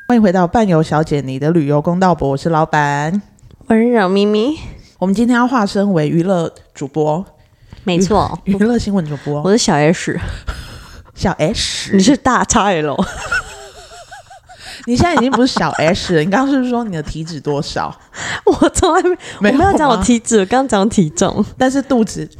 欢迎回到伴游小姐你的旅游公道博，我是老板， 温柔咪咪。 我们今天要化身为娱乐主播， 没错， 娱乐新闻主播。 我是小 S， 小 S， 你是大 XL。 你现在已经不是小 S 了，你刚刚是不是说你的体脂多少？ 我从来没有讲我体脂，我刚刚讲体重， 但是肚子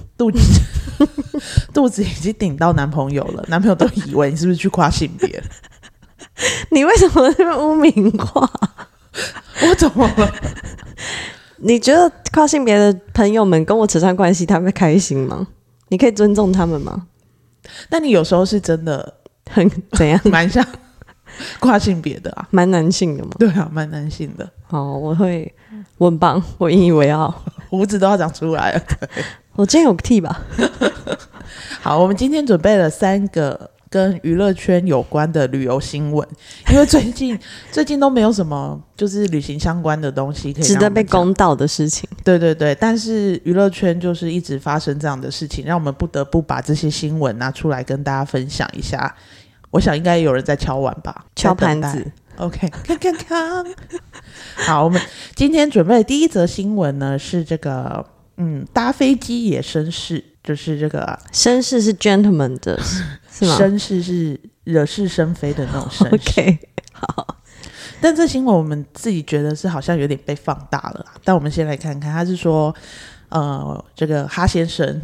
已经顶到男朋友了，男朋友都以为你是不是去跨性别？ 你为什么这么污名化？ 我怎么了？ 你觉得跨性别的朋友们跟我扯上关系，他们会开心吗？你可以尊重他们吗？ 但你有时候是真的很怎样？ 蛮像跨性别的啊， 蛮男性的吗？ 对啊，蛮男性的。 哦，我很棒，我引以为傲， 胡子都要长出来了。 我今天有个剃吧。 好，我们今天准备了3个跟娱乐圈有关的旅游新闻，因为最近都没有什么就是旅行相关的东西可以值得被公道的事情。 对对对，但是娱乐圈就是一直发生这样的事情，让我们不得不把这些新闻拿出来跟大家分享一下。我想应该有人在敲碗吧， 敲盘子。 OK， 看。好，我们今天准备的第一则新闻呢是这个，搭飞机也绅士，就是这个绅士是 gentleman 的，是吗？ 绅士是惹是生非的那种绅士。 OK， 好。 但这新闻我们自己觉得是好像有点被放大了啦，但我们先来看看，他是说，这个哈先生。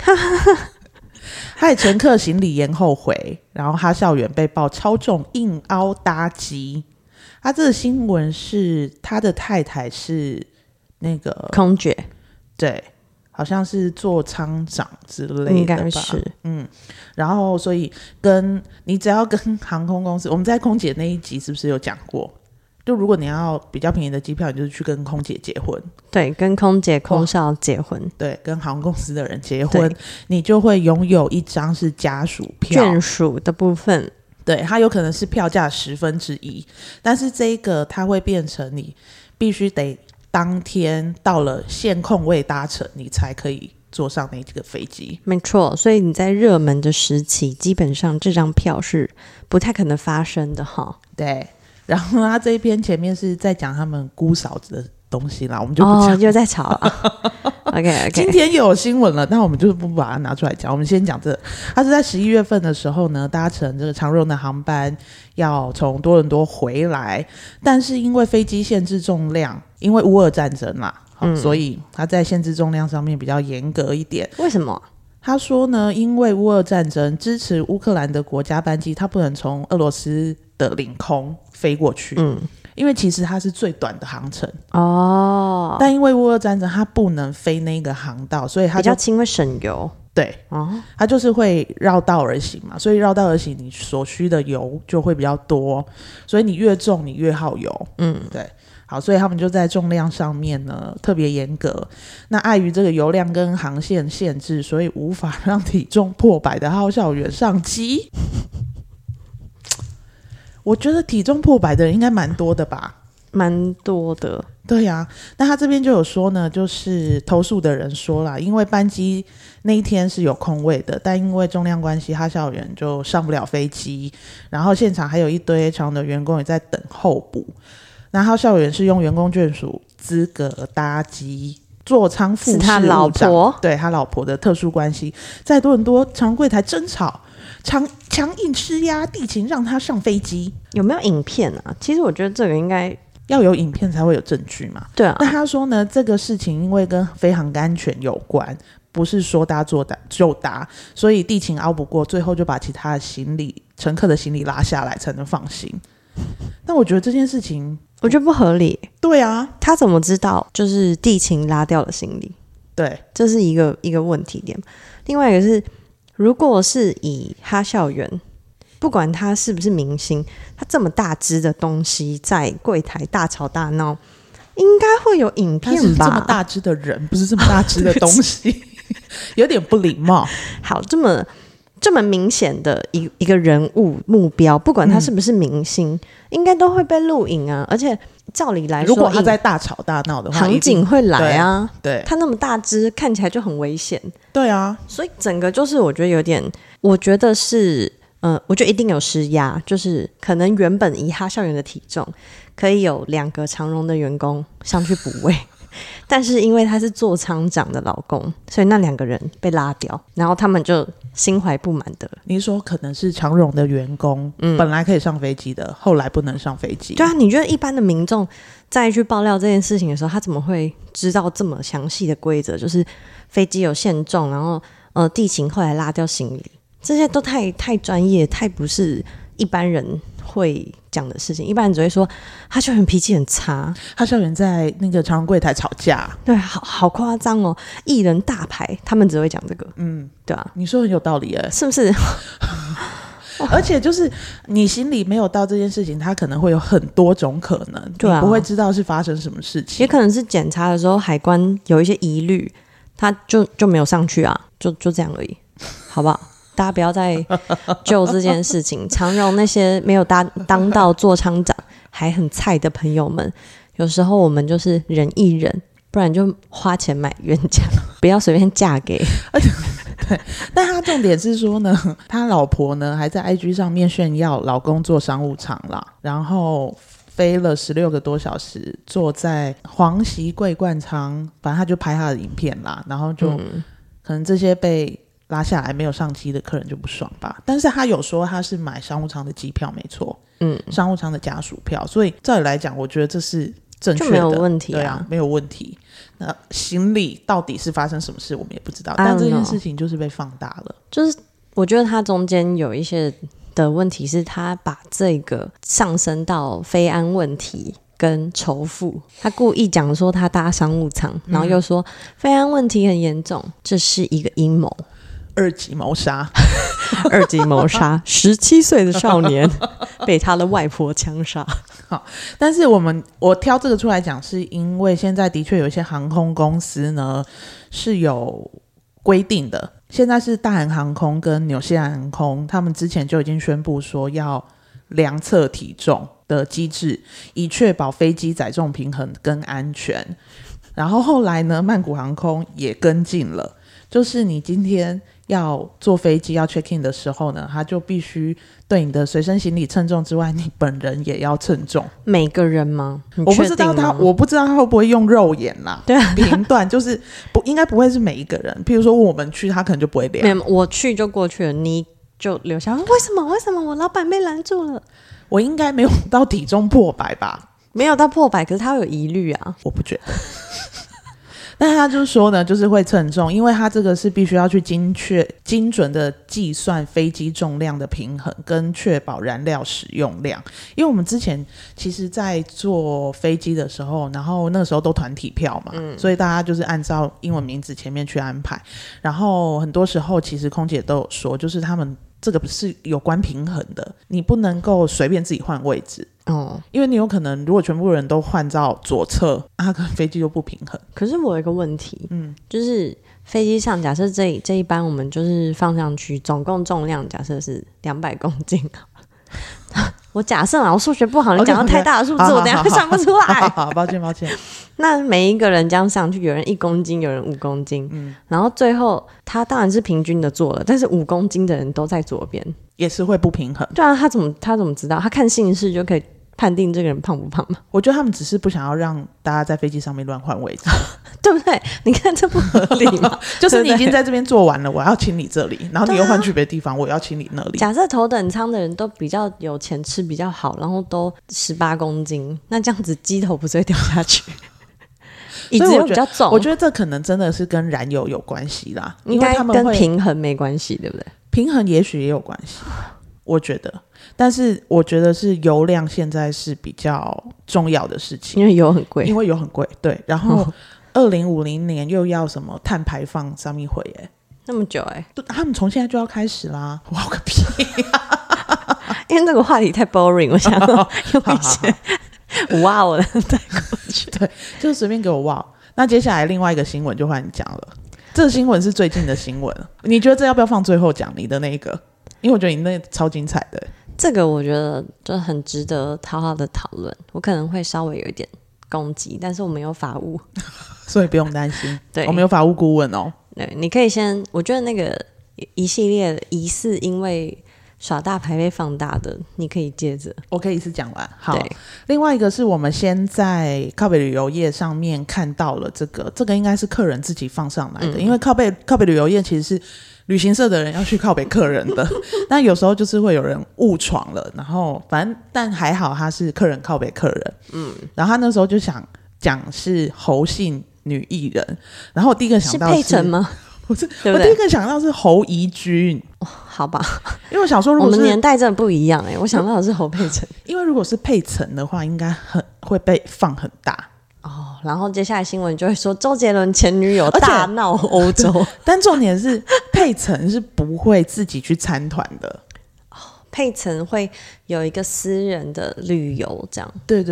害乘客行李延后回，然后哈校园被曝超重硬凹搭机。他这个新闻是他的太太是那个空姐， 对，好像是做舱长之类的吧， 应该是， 然后所以你只要跟航空公司，我们在空姐那一集是不是有讲过？就如果你要比较便宜的机票，你就是去跟空姐结婚， 对，跟空姐空少结婚， 对，跟航空公司的人结婚，你就会拥有一张是家属票眷属的部分， 对，它有可能是票价1/10，但是这个它会变成你必须得当天到了限空位搭乘，你才可以坐上那个飞机。 没错，所以你在热门的时期，基本上这张票是不太可能发生的哈。 对。然后他这一篇前面是在讲他们姑嫂子的东西啦，我们就不讲， 又在吵了。OK， 今天又有新闻了，但我们就是不把它拿出来讲。我们先讲这个，他是在11月份的时候呢，搭乘这个长荣的航班要从多伦多回来，但是因为飞机限制重量，因为乌俄战争啦，所以他在限制重量上面比较严格一点。 为什么？ 他说呢，因为乌俄战争支持乌克兰的国家班机，他不能从俄罗斯的领空飞过去，因为其实它是最短的航程哦，但因为乌俄战争，它不能飞那个航道，所以它比较轻，会省油。 对，它就是会绕道而行嘛，所以绕道而行，你所需的油就会比较多，所以你越重，你越耗油。对。好，所以他们就在重量上面呢特别严格。那碍于这个油量跟航线限制，所以无法让体重破100的哈校园上机。我觉得体重破100的人应该蛮多的吧？ 蛮多的。 对啊，那他这边就有说呢，就是投诉的人说啦，因为班机那一天是有空位的，但因为重量关系，哈校园就上不了飞机，然后现场还有一堆长的员工也在等候补。那哈校园是用员工眷属资格搭机，座舱副是他老婆， 对他老婆的特殊关系，在多伦多长柜台争吵，强硬施压，地勤让他上飞机。 有没有影片啊？其实我觉得这个应该要有影片才会有证据嘛。 对啊。 那他说呢，这个事情因为跟飞航安全有关，不是说搭就搭，所以地勤熬不过，最后就把其他的乘客的行李拉下来才能放行。但我觉得这件事情， 我觉得不合理。 对啊， 他怎么知道就是地勤拉掉了行李？ 对， 这是一个问题点。另外一个是，如果是以哈校园，不管他是不是明星，他这么大只的东西在柜台大吵大闹，应该会有影片吧？他是这么大只的人，不是这么大只的东西，有点不礼貌。 好，这么明显的一个人物目标，不管他是不是明星，应该都会被录影啊。而且照理来说， 如果他在大吵大闹的话， 航警会来啊。 对， 他那么大只，看起来就很危险。 对啊， 所以整个就是我觉得有点，我觉得是我觉得一定有施压，就是可能原本以哈校园的体重可以有2个长荣的员工上去补位但是因为他是座舱长的老公，所以那2个人被拉掉，然后他们就心怀不满的。 你说可能是长荣的员工、本来可以上飞机的，后来不能上飞机。 对啊，你觉得一般的民众再去爆料这件事情的时候，他怎么会知道这么详细的规则？就是飞机有限重，然后地勤后来拉掉行李，这些都太专业，太不是一般人会讲的事情。一般人只会说他校园脾气很差， 他校园在那个长荣柜台吵架， 对，好夸张哦，艺人大牌，他们只会讲这个，对啊， 你说很有道理耶， 是不是？ 而且就是你心里没有到这件事情，他可能会有很多种可能， 对啊， 你不会知道是发生什么事情， 也可能是检查的时候海关有一些疑虑，他就没有上去啊，就这样而已，好不好？大家不要再就这件事情。长荣那些没有当到座舱长还很菜的朋友们，有时候我们就是忍一忍，不然就花钱买冤家，不要随便嫁给。 对，但他重点是说呢，他老婆呢还在 IG 上面炫耀老公坐商务舱啦，然后飞了16个多小时，坐在黄席桂冠舱，反正他就拍他的影片啦，然后就可能这些被拉下来没有上机的客人就不爽吧。但是他有说他是买商务舱的机票没错，商务舱的家属票，所以照理来讲我觉得这是正确的，就没有问题对啊，没有问题。那行李到底是发生什么事我们也不知道，但这件事情就是被放大了。 就是我觉得它中间有一些的问题是他把这个上升到飞安问题跟仇富，他故意讲说他搭商务舱，然后又说飞安问题很严重，这是一个阴谋 ，2级谋杀 2级谋杀17岁的少年被他的外婆枪杀。 好，但是我挑这个出来讲是因为现在的确有一些航空公司呢是有规定的，现在是大韩航空跟纽西兰航空他们之前就已经宣布说要量测体重的机制，以确保飞机载重平衡跟安全。然后后来呢曼谷航空也跟进了，就是你今天要坐飞机要 check in 的时候呢，他就必须对你的随身行李称重之外，你本人也要称重。 每个人吗？ 我不知道他会不会用肉眼啦， 对啊， 评断就是应该不会是每一个人。譬如说我们去，他可能就不会量。 没有，我去就过去了，你就留下。为什么我老板被拦住了？ 我应该没有到体重破100吧？ 没有到破100，可是他会有疑虑啊。 我不觉得。但是他就是说呢，就是会称重，因为他这个是必须要去精准的计算飞机重量的平衡跟确保燃料使用量。因为我们之前其实在坐飞机的时候，然后那个时候都团体票嘛，所以大家就是按照英文名字前面去安排，然后很多时候其实空姐都有说，就是他们这个是有关平衡的，你不能够随便自己换位置因为你有可能如果全部人都换到左侧可能飞机就不平衡。 可是我有一个问题就是飞机上假设这一班我们就是放上去总共重量假设是200公斤我假设我数学不好，你讲到太大的数字我等一下会算不出来好抱歉那每一个人这样上去，有人1公斤有人5公斤然后最后他当然是平均的做了，但是5公斤的人都在左边， 也是会不平衡。 对啊，他怎么知道？他看姓氏就可以判定这个人胖不胖吗？ 我觉得他们只是不想要让大家在飞机上面乱换位置对不对？你看这不合理吗？ 就是你已经在这边坐完了，我要清理这里，然后你又换去别的地方，我要清理那里。 假设头等舱的人都比较有钱，吃比较好，然后都18公斤，那这样子机头不是会掉下去椅子又比较重。 我觉得这可能真的是跟燃油有关系啦， 应该跟平衡没关系，对不对？ 平衡也许也有关系我觉得，但是我觉得是油量现在是比较重要的事情， 因为油很贵， 对，然后2050年又要什么碳排放上面会那么久他们从现在就要开始啦。哇个屁因为这个话题太 boring 我想用一些哇我的带过去对，就是随便给我哇。那接下来另外一个新闻就换你讲了，这个新闻是最近的新闻，你觉得这要不要放最后讲你的那个？因为我觉得你那个超精彩的。 这个我觉得就很值得好好的讨论，我可能会稍微有一点攻击，但是我们有法务所以不用担心对， 我们有法务顾问哦。 对，你可以先，我觉得那个一系列疑似因为耍大牌被放大的，你可以接着。 我可以一次讲完。好，另外一个是我们先在靠北旅游业上面看到了这个应该是客人自己放上来的，因为靠北旅游业其实是旅行社的人要去靠北客人的，但有时候就是会有人误闯了，然后反正但还好他是客人靠北客人，然后他那时候就想讲是侯姓女艺人，然后我第一个想到是佩岑吗？ 我第一个想到是侯怡君。 好吧， 因为我想说如果是我们年代真的不一样我想到的是侯佩岑。 因为如果是佩岑的话应该会被放很大然后接下来新闻就会说周杰伦前女友大闹欧洲。 但重点是佩岑是不会自己去参团的， 佩岑会有一个私人的旅游这样。 对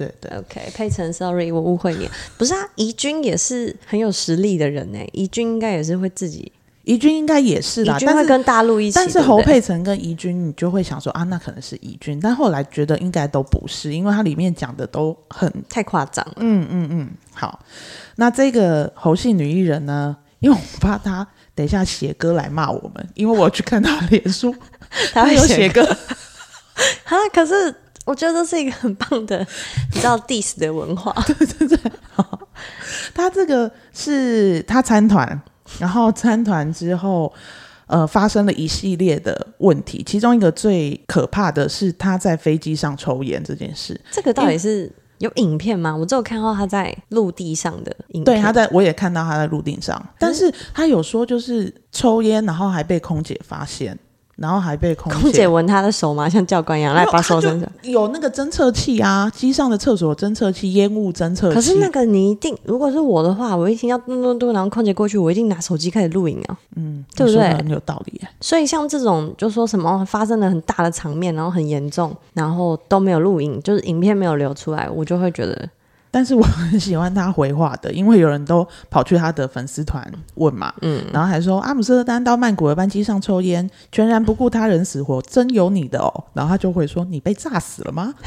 OK， 佩岑 sorry 我误会你。不是啊，怡君也是很有实力的人怡君应该也是会自己， 怡君应该也是啦， 怡君会跟大陆一起， 但是侯佩岑跟怡君你就会想说那可能是怡君，但后来觉得应该都不是，因为它里面讲的都很太夸张了。 好，那这个侯姓女艺人呢，因为我怕她等一下写歌来骂我们，因为我去看她脸书她有写歌可是我觉得这是一个很棒的你知道 diss 的文化。 对她这个是她参团，然后参团之后发生了一系列的问题，其中一个最可怕的是她在飞机上抽烟这件事。 这个到底是有影片吗？我只有看到他在陆地上的影片。 对，我也看到他在陆地上，但是他有说就是抽烟然后还被空姐发现，然后还被空姐闻他的手吗？像教官一样来把手伸上。 有那个侦测器啊，机上的厕所侦测器，烟雾侦测器。 可是那个你一定，如果是我的话，我一听到嘟嘟嘟，然后空姐过去，我一定拿手机开始录影啊。对不对？ 很有道理耶。 所以像这种就说什么发生了很大的场面，然后很严重，然后都没有录影，就是影片没有流出来，我就会觉得。 但是我很喜欢他回话的，因为有人都跑去他的粉丝团问嘛，然后还说阿姆斯特丹到曼谷的班机上抽烟，全然不顾他人死活，真有你的哦。然后他就会说你被炸死了吗？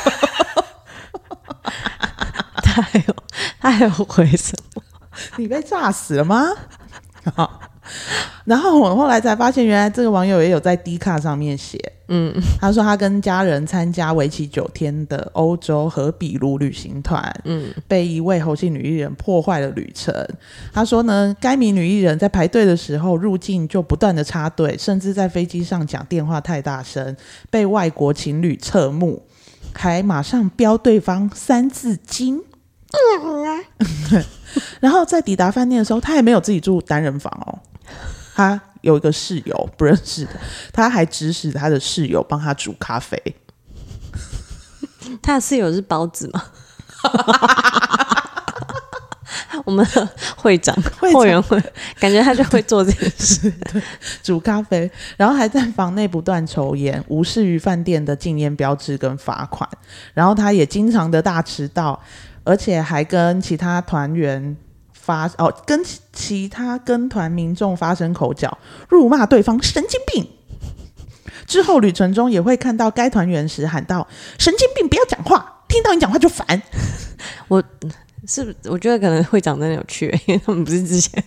他还有回什么？ 你被炸死了吗？然后我后来才发现，原来这个网友也有在 Dcard 上面写，他说他跟家人参加为期9天的欧洲和比卢旅行团，被一位侯姓女艺人破坏了旅程。他说呢，该名女艺人在排队的时候入境就不断的插队，甚至在飞机上讲电话太大声，被外国情侣侧目，还马上标对方3字经。然后在抵达饭店的时候，他也没有自己住单人房哦，他有一个室友不认识的，他还指使他的室友帮他煮咖啡。 他的室友是包子吗？我们的会长后援会感觉他就会做这件事。 对，煮咖啡，然后还在房内不断抽烟，无视于饭店的禁烟标志跟罚款，然后他也经常的大迟到，而且还跟其他团员跟其他跟团民众发生口角，辱骂对方神经病。之后旅程中也会看到该团员时喊道神经病不要讲话，听到你讲话就烦。 我觉得可能会长真的有趣，因为他们不是之前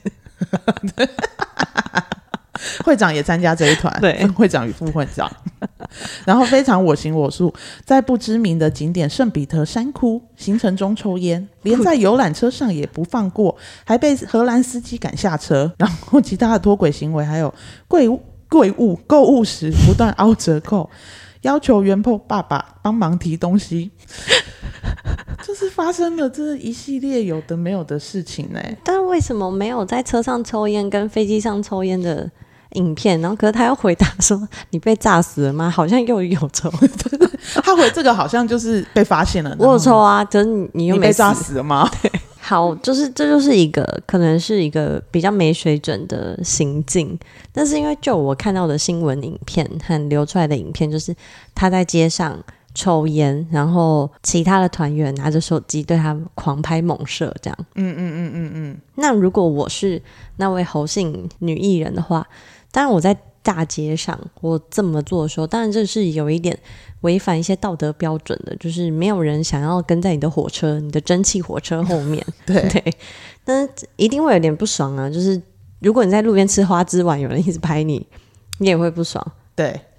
会长也参加这一团， 对， 会长与副会长。然后非常我行我素，在不知名的景点圣彼得山窟行程中抽烟，连在游览车上也不放过，还被荷兰司机赶下车。然后其他的脱轨行为还有购物时不断凹折扣，要求原 po 爸爸帮忙提东西。就是发生了这一系列有的没有的事情呢。 但是为什么没有在车上抽烟跟飞机上抽烟的影片？然后可是他要回答说你被炸死了吗？好像又有抽。 他回这个好像就是被发现了。 我有抽啊，可是你又没死。 你被炸死了吗？ 对，好，这就是一个可能是一个比较没水准的行径。但是因为就我看到的新闻影片和流出来的影片，就是他在街上抽烟，然后其他的团员拿着手机对他狂拍猛射这样。那如果我是那位侯姓女艺人的话，当然我在大街上我这么做的时候，当然这是有一点违反一些道德标准的，就是没有人想要跟在你的火车，你的蒸汽火车后面。对，但是一定会有点不爽啊，就是如果你在路边吃花枝丸，有人一直拍你，你也会不爽。 对，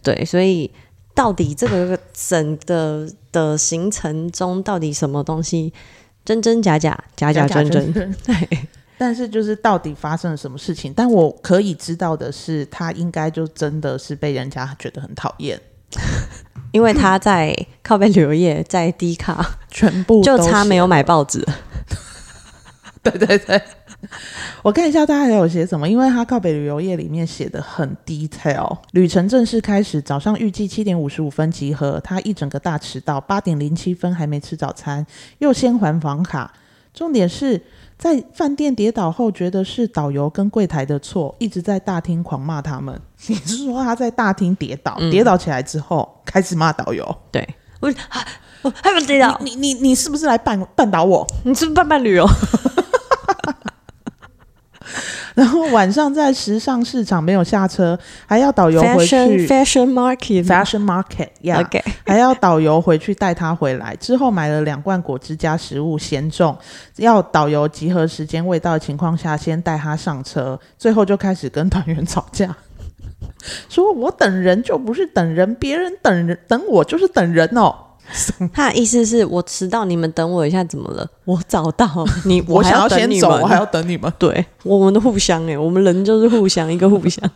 对，所以到底这个整的行程中，到底什么东西真真假假，假假真真，对。 但是就是到底发生了什么事情？但我可以知道的是，他应该就真的是被人家觉得很讨厌， 因为他在靠北旅游业，在 D 卡全部就差没有买报纸。 对对对，我看一下大家还有写什么，因为他靠北旅游业里面写的很 detail。旅程正式开始，早上预计7点55分集合，他一整个大迟到，8点07分还没吃早餐，又先还房卡。重点是在饭店跌倒后，觉得是导游跟柜台的错，一直在大厅狂骂他们。你是说他在大厅跌倒，跌倒起来之后开始骂导游？ 对，我还没跌倒， 你是不是来绊倒我？ 你是不是半旅游？ 然后晚上在时尚市场没有下车，还要导游回去 fashion market yeah, OK 还要导游回去带他回来。之后买了2罐果汁加食物嫌重，要导游集合时间未到的情况下先带他上车，最后就开始跟团员吵架，说我等人就不是等人，别人等我就是等人哦。 他的意思是我迟到，你们等我一下，怎么了？我早到，我想要先走， 我还要等你们。 对，我们的互相我们人就是互相一个互相，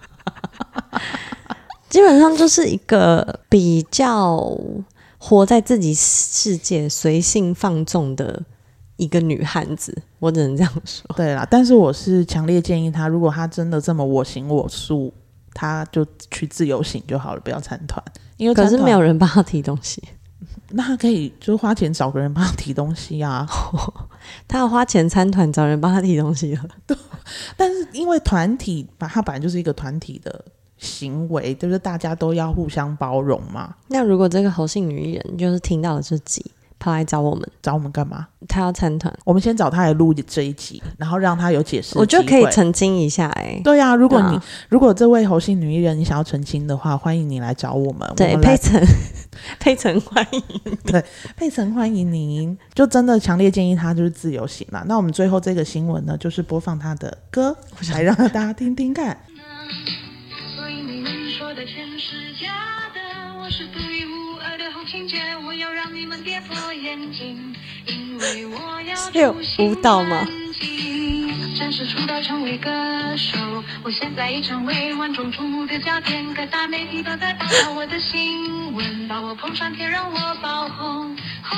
基本上就是一个比较活在自己世界、随性放纵的一个女汉子，我只能这样说。 对啦，但是我是强烈建议他，如果他真的这么我行我素，他就去自由行就好了，不要参团。因为可是没有人帮他提东西。 那他可以就花钱找个人帮他提东西啊。 他要花钱参团找人帮他提东西了。 对，但是因为团体他本来就是一个团体的行为，就是大家都要互相包容嘛。 那如果这个侯姓女艺人就是听到了这集跑来找我们干嘛？ 他要参团， 我们先找他来录这一集，然后让他有解释的机会。 我觉得可以澄清一下。对啊，如果这位侯姓女艺人你想要澄清的话，欢迎你来找我们。 对，佩岑欢迎你。 对，佩岑欢迎您。就真的强烈建议他就是自由行啦。那我们最后这个新闻呢，就是播放他的歌，来让大家听听看。所以你们说的全是假的，我是独一无二的红情节，我要让你们跌破眼镜，因为我要有舞蹈吗？ 正式出道成为歌手，我现在已成为万众瞩目的焦点，各大媒体都在报道我的新闻，把我捧上天，让我爆红。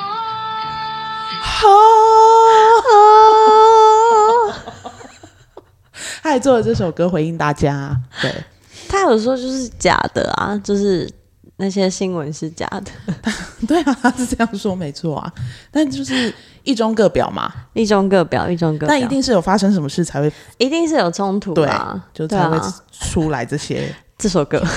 他还做了这首歌回应大家。对， 他有说就是假的啊，就是那些新闻是假的。 对啊，他是这样说没错啊，但就是一中各表嘛， 一中各表。 但一定是有发生什么事才会， 一定是有冲突啊， 对，就才会出来这些这首歌。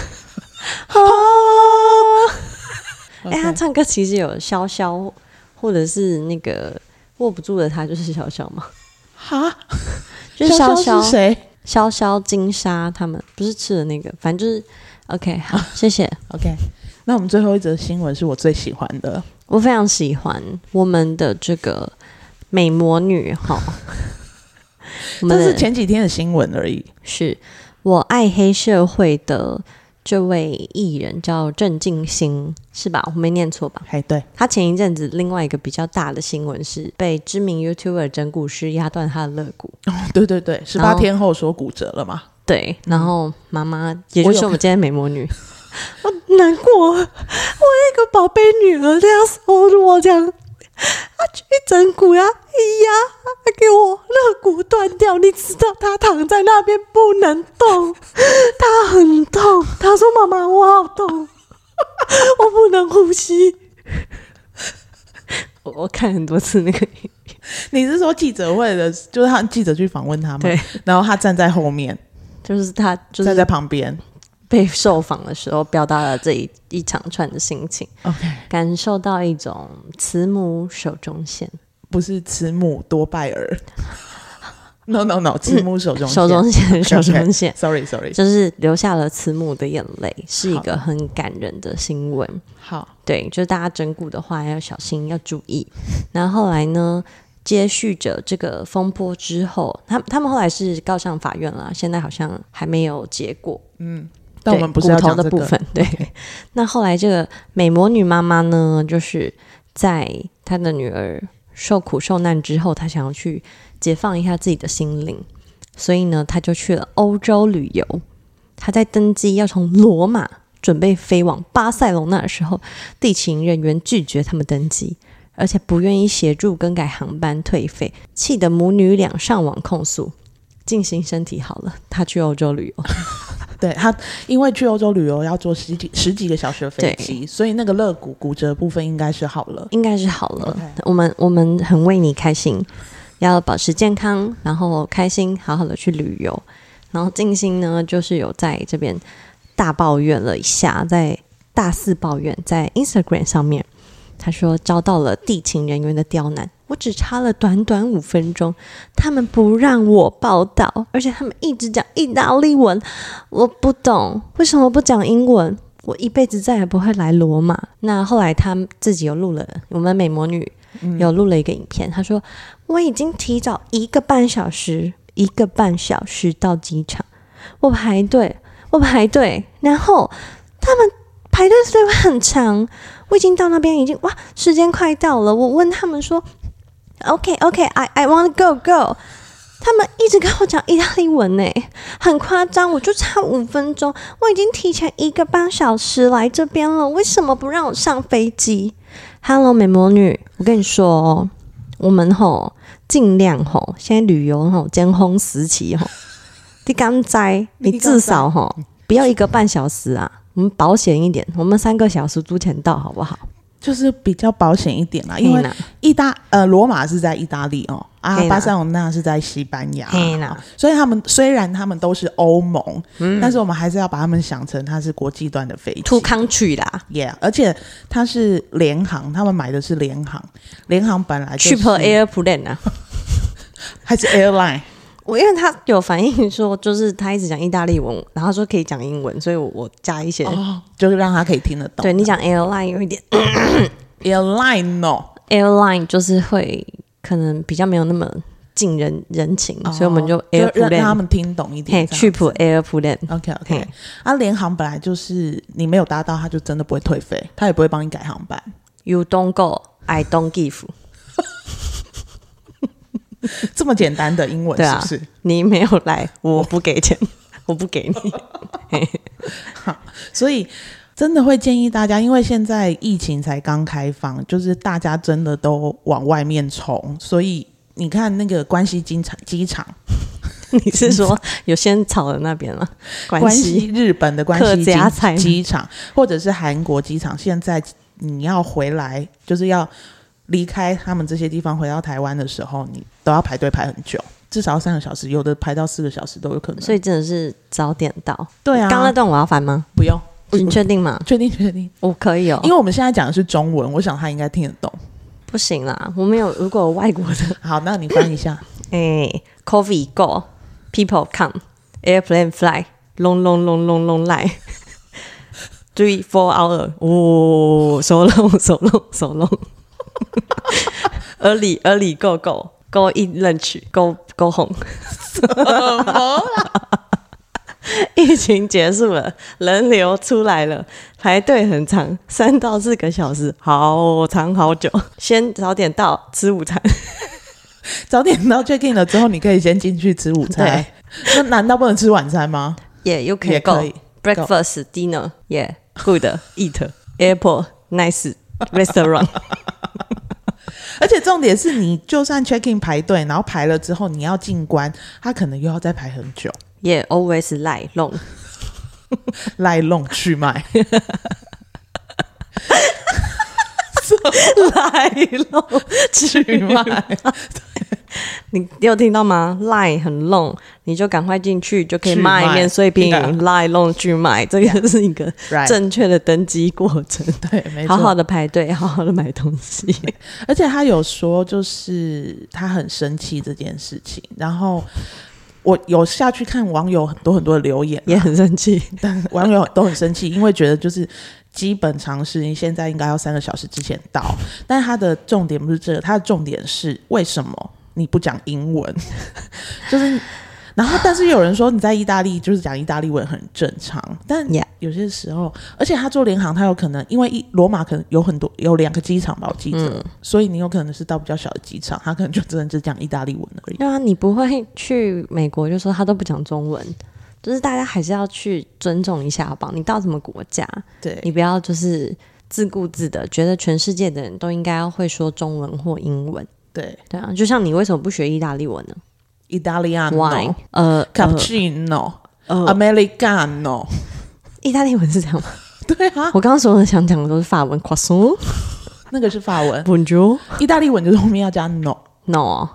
他唱歌其实有潇潇，或者是那个握不住的他就是潇潇吗？ 哈， 就是潇潇是谁？ 潇潇、金莎他们不是吃的那个，反正就是 OK。好，谢谢。 OK， 那我们最后一则新闻是我最喜欢的， 我非常喜欢我们的这个美魔女哈。 这是前几天的新闻而已。 是我爱黑社会的这位艺人叫郑敬兴，是吧？我没念错吧？ 对。 他前一阵子另外一个比较大的新闻是被知名 YouTuber 整骨师压断他的肋骨。 对对对，18天后说骨折了嘛。 对，然后妈妈，也就是我们今天美魔女，我难过，我一个宝贝女儿这样收我这样。他去整骨呀，他给我肋骨断掉，你知道他躺在那边不能动，他很痛，他说妈妈我好痛，我不能呼吸。我看很多次那个影片。 你是说记者会的，就是他记者去访问他吗？ 对， 然后他站在后面， 就是他就是站在旁边被受访的时候表达了这一长串的心情。 OK， 感受到一种慈母手中线， 不是慈母多拜儿。No， 慈母手中线， 手中线，手中线。 Sorry， 就是流下了慈母的眼泪，是一个很感人的新闻。 好， 对，就是大家整蛊的话要小心，要注意。然后后来呢，接续着这个风波之后，他们后来是告上法院了，现在好像还没有结果。 但我们不是要讲这个骨头的部分。对，那后来这个美魔女妈妈呢，就是在她的女儿受苦受难之后，她想要去解放一下自己的心灵，所以呢，她就去了欧洲旅游。她在登机要从罗马准备飞往巴塞隆纳的时候，地勤人员拒绝他们登机，而且不愿意协助更改航班退费，气得母女俩上网控诉。静心身体好了，她去欧洲旅游。 对，他因为去欧洲旅游要坐十几个小时的飞机，所以那个肋骨骨折部分应该是好了， 应该是好了。我们很为你开心，要保持健康，然后开心好好的去旅游。然后静心呢，就是有在这边大抱怨了一下，在大肆抱怨，在 Instagram 上面，他说遭到了地勤人员的刁难。我只差了短短5分钟，他们不让我报道，而且他们一直讲意大利文，我不懂为什么不讲英文，我一辈子再也不会来罗马。那后来他自己有录了，我们美魔女有录了一个影片，他说我已经提早1个半小时到机场，我排队，然后他们排队时间很长，我已经到那边时间快到了，我问他们说OK I want to go， 他们一直跟我讲意大利文呢，很夸张，我就差5分钟，我已经提前1个半小时来这边了，为什么不让我上飞机？ Hello 美魔女，我跟你说哦，我们尽量现在旅游尖峰时期你敢知你至少不要1个半小时啊，我们保险一点，我们3个小时之前到好不好？ 就是比较保险一点啦，因为罗马是在意大利巴塞隆纳是在西班牙，所以虽然他们都是欧盟，但是我们还是要把他们想成它是国际端的飞机 ，Two country 啦 ，Yeah， 而且它是联航，他们买的是联航本来就是 Triple Airplane 啊， 还是 Airline。 因为他有反映说，就是他一直讲意大利文，然后说可以讲英文，所以我加一些， 就是让他可以听得懂。 对你讲 airline 有一点 airline airline 就是会可能比较没有那么近人情，所以我们就 airplane 让他们听懂一点。 Triple Airplane OK， 联航本来就是你没有搭到，他就真的不会退费，他也不会帮你改航班。 You don't go, I don't give 。 这么简单的英文是不是？ 你没有来，我不给钱，我不给你。 好，所以真的会建议大家，因为现在疫情才刚开放，就是大家真的都往外面冲，所以你看那个关西机场， 你是说有先吵的那边了？ 关西日本的关西机场，或者是韩国机场，现在你要回来，就是要离开他们这些地方回到台湾的时候，你都要排队排很久，至少要3个小时，有的排到4个小时都有可能。 所以真的是早点到。 对啊， 刚那段我要翻吗？ 不用。 你确定吗？ 确定。 我可以哦， 因为我们现在讲的是中文，我想他应该听得懂。 不行啦，我没有，如果有外国的。 好，那你翻一下。 Coffee go, people come, airplane fly, long line, 3-4 hour. so long. early go eat lunch, go home. 什么啦？ 疫情结束了，人流出来了，排队很长，3到4个小时，好长好久。先早点到吃午餐， 早点到 check in 了之后，你可以先进去吃午餐。那难道不能吃晚餐吗 ？You can go breakfast, dinner, yeah, good, eat, airport, nice restaurant. 而且重点是你就算 check in 排队，然后排了之后你要进关，他可能又要再排很久。 Yeah, always lie long. 来弄去卖。 来弄去卖。你有听到吗？ lie 很 long， 你就赶快进去就可以卖免税品。lie long 去卖，这个是一个正确的登机过程。 对，没错， 好好的排队，好好的买东西。 而且他有说，就是他很生气这件事情，然后我有下去看网友很多的留言， 也很生气， 但网友都很生气，因为觉得就是基本常识，你现在应该要3个小时之前到。但他的重点不是这个，他的重点是为什么你不讲英文？就是然后但是有人说你在意大利就是讲意大利文很正常，但有些时候而且他做联航他有可能因为罗马可能有2个机场吧我记得，所以你有可能是到比较小的机场，他可能就真的只讲意大利文而已。 对啊，你不会去美国就说他都不讲中文，就是大家还是要去尊重一下好不好？你到什么国家， 对， 你不要就是自顾自的觉得全世界的人都应该要会说中文或英文。 对对啊，就像你为什么不学意大利文呢 ？Italiano Why Cappuccino Americano 意大利文是这样吗？ 对啊， 我刚刚所有的想讲的都是法文 croissant 那个是法文 Bonjour 意大利文就是后面要加 no No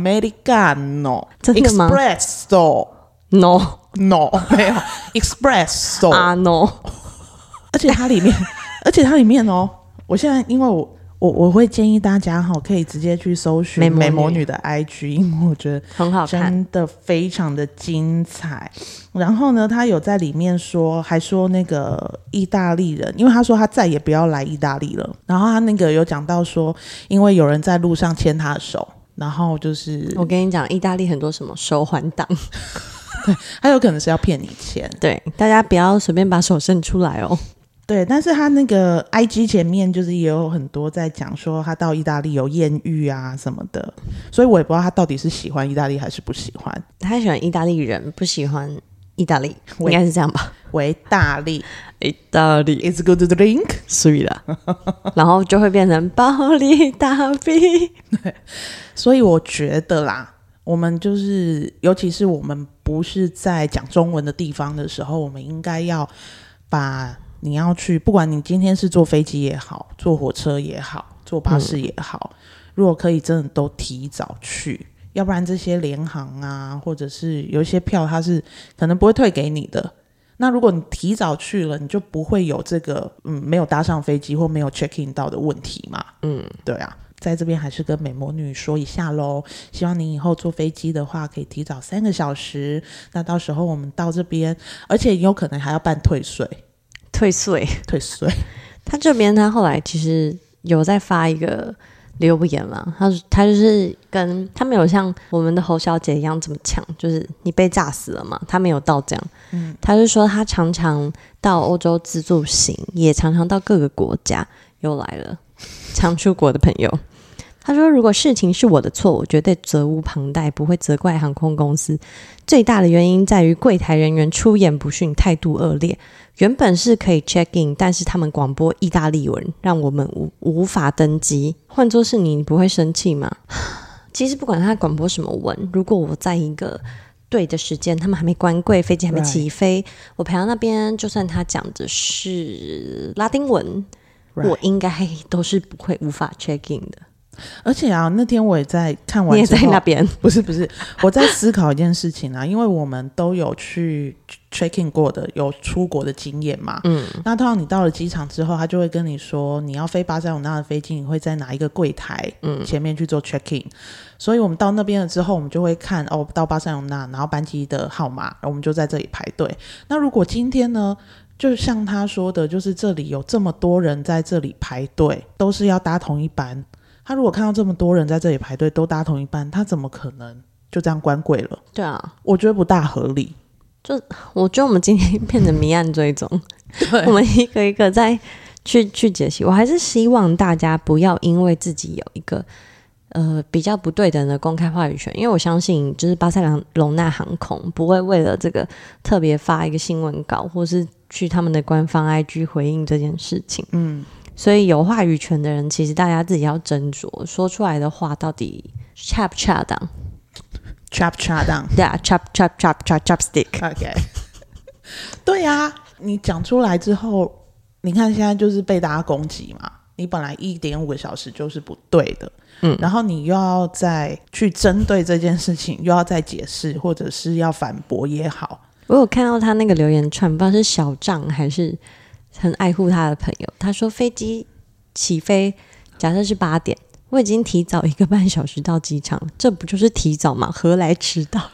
Americano 真的吗 Espresso No 没有 Espresso 啊 No 而且它里面哦，我现在因为我会建议大家可以直接去搜寻美魔女的 IG， 因为我觉得很好看， 真的非常的精彩。然后呢，他有在里面还说那个意大利人，因为他说他再也不要来意大利了。然后他那个有讲到说，因为有人在路上牵他的手，然后就是我跟你讲，意大利很多什么手环党， 对，他有可能是要骗你钱。 对，大家不要随便把手伸出来哦。 对，但是他那个 IG 前面就是也有很多在讲说他到意大利有艳遇啊什么的，所以我也不知道他到底是喜欢意大利还是不喜欢。 他喜欢意大利人，不喜欢意大利，应该是这样吧？ 维大利， 意大利 ，It's good to drink， 所以啦，然后就会变成暴力大比。 对，所以我觉得啦，我们就是尤其是我们不是在讲中文的地方的时候，我们应该要把你要去，不管你今天是坐飞机也好，坐火车也好，坐巴士也好，如果可以真的都提早去，要不然这些联航啊，或者是有一些票它是可能不会退给你的。那如果你提早去了，你就不会有这个没有搭上飞机或没有 check in 到的问题嘛。对啊，在这边还是跟美魔女说一下咯，希望你以后坐飞机的话可以提早3个小时，那到时候我们到这边，而且有可能还要办退税。 他这边他后来其实有在发一个留言嘛，他就是跟他没有像我们的侯小姐一样这么强，就是你被炸死了嘛，他没有到这样。他就说他常常到欧洲自助行，也常常到各个国家，又来了常出国的朋友。他说如果事情是我的错，我绝对责无旁贷，不会责怪航空公司，最大的原因在于柜台人员出言不逊，态度恶劣。原本是可以 check in， 但是他们广播意大利文，让我们无法登机。换作是你不会生气吗？其实不管他广播什么文，如果我在一个对的时间，他们还没关柜，飞机还没起飞，我陪到那边，就算他讲的是拉丁文，我应该都是不会无法 check in 的。 而且啊，那天我也在看完之后， 你也在那边？ 不是，我在思考一件事情啊，因为我们都有去 check in 过的，有出国的经验嘛。那通常你到了机场之后，他就会跟你说，你要飞巴塞罗那的飞机，你会在哪一个柜台前面去做 check in。所以我们到那边了之后，我们就会看到巴塞罗那，然后班机的号码，我们就在这里排队。那如果今天呢？就像他说的，就是这里有这么多人在这里排队，都是要搭同一班。他如果看到这么多人在这里排队都搭同一班，他怎么可能就这样关柜了？ 对啊， 我觉得不大合理。 就我觉得我们今天变成谜案追踪，我们一个一个再去解析。我还是希望大家不要因为自己有一个比较不对等的公开话语权，因为我相信就是巴塞隆纳航空不会为了这个特别发一个新闻稿，或是去他们的官方 IG 回应这件事情。所以有话语权的人，其实大家自己要斟酌说出来的话到底恰不恰当。 恰当， 对啊， chopstick。 OK 对啊，你讲出来之后，你看现在就是被大家攻击嘛，你本来1.5个小时就是不对的，然后你又要再去针对这件事情，又要再解释，或者是要反驳也好。 我有看到他那个留言串，不知道是小账还是很爱护他的朋友，他说飞机起飞假设是8点，我已经提早1个半小时到机场，这不就是提早吗？何来迟到？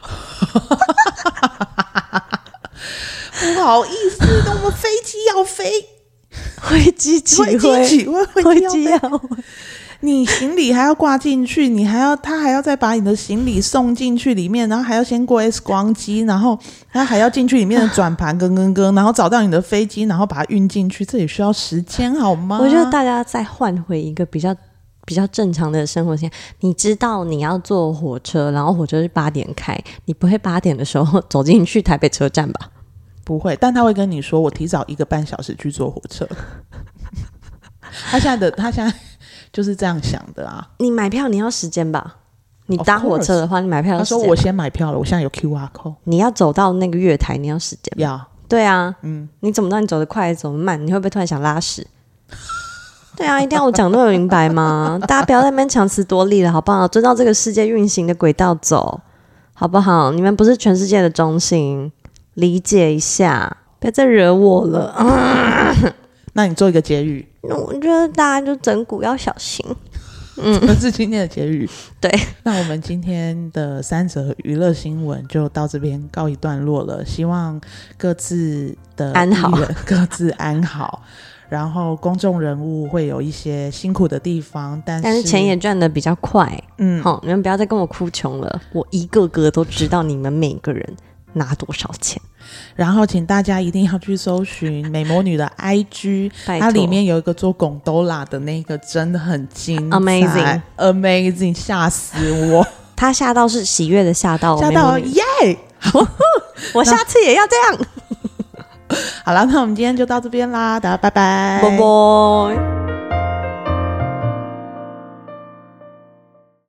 不好意思，我们飞机要飞。 会机起会机要你行李还要挂进去，他还要再把你的行李送进去里面，然后还要先过 X 光机，然后他还要进去里面的转盘然后找到你的飞机，然后把它运进去，这也需要时间好吗？ 我觉得大家再换回一个比较正常的生活线，你知道你要坐火车，然后火车是8点开，你不会8点的时候走进去台北车站吧？ 不会，但他会跟你说我提早1个半小时去坐火车。他现在就是这样想的啊。 你买票你要时间吧？你搭火车的话，你买票要时间。 他说我先买票了，我现在有 QR code。 你要走到那个月台，你要时间吗？ 要。 对啊，你怎么知道你走得快还是走得慢？你会不会突然想拉屎？对啊，一定要我讲那么明白吗？大家不要在那边强词夺理了，好不好？遵照这个世界运行的轨道走，好不好？你们不是全世界的中心，理解一下，不要再惹我了。 那你做一个结语。 我觉得大家就整蛊要小心。 这是今天的结语。 对， 那我们今天的3则娱乐新闻就到这边告一段落了。希望各自的安好， 各自安好。然后公众人物会有一些辛苦的地方，但是钱也赚得比较快。你们不要再跟我哭穷了，我一个个都知道你们每个人拿多少钱。 然后请大家一定要去搜寻美魔女的 IG， 它里面有一个做拱兜啦的那个真的很精彩 amazing 吓死我。 他吓到是喜悦的吓到耶我下次也要这样。 好了，那我们今天就到这边啦，大家拜拜， 拜拜。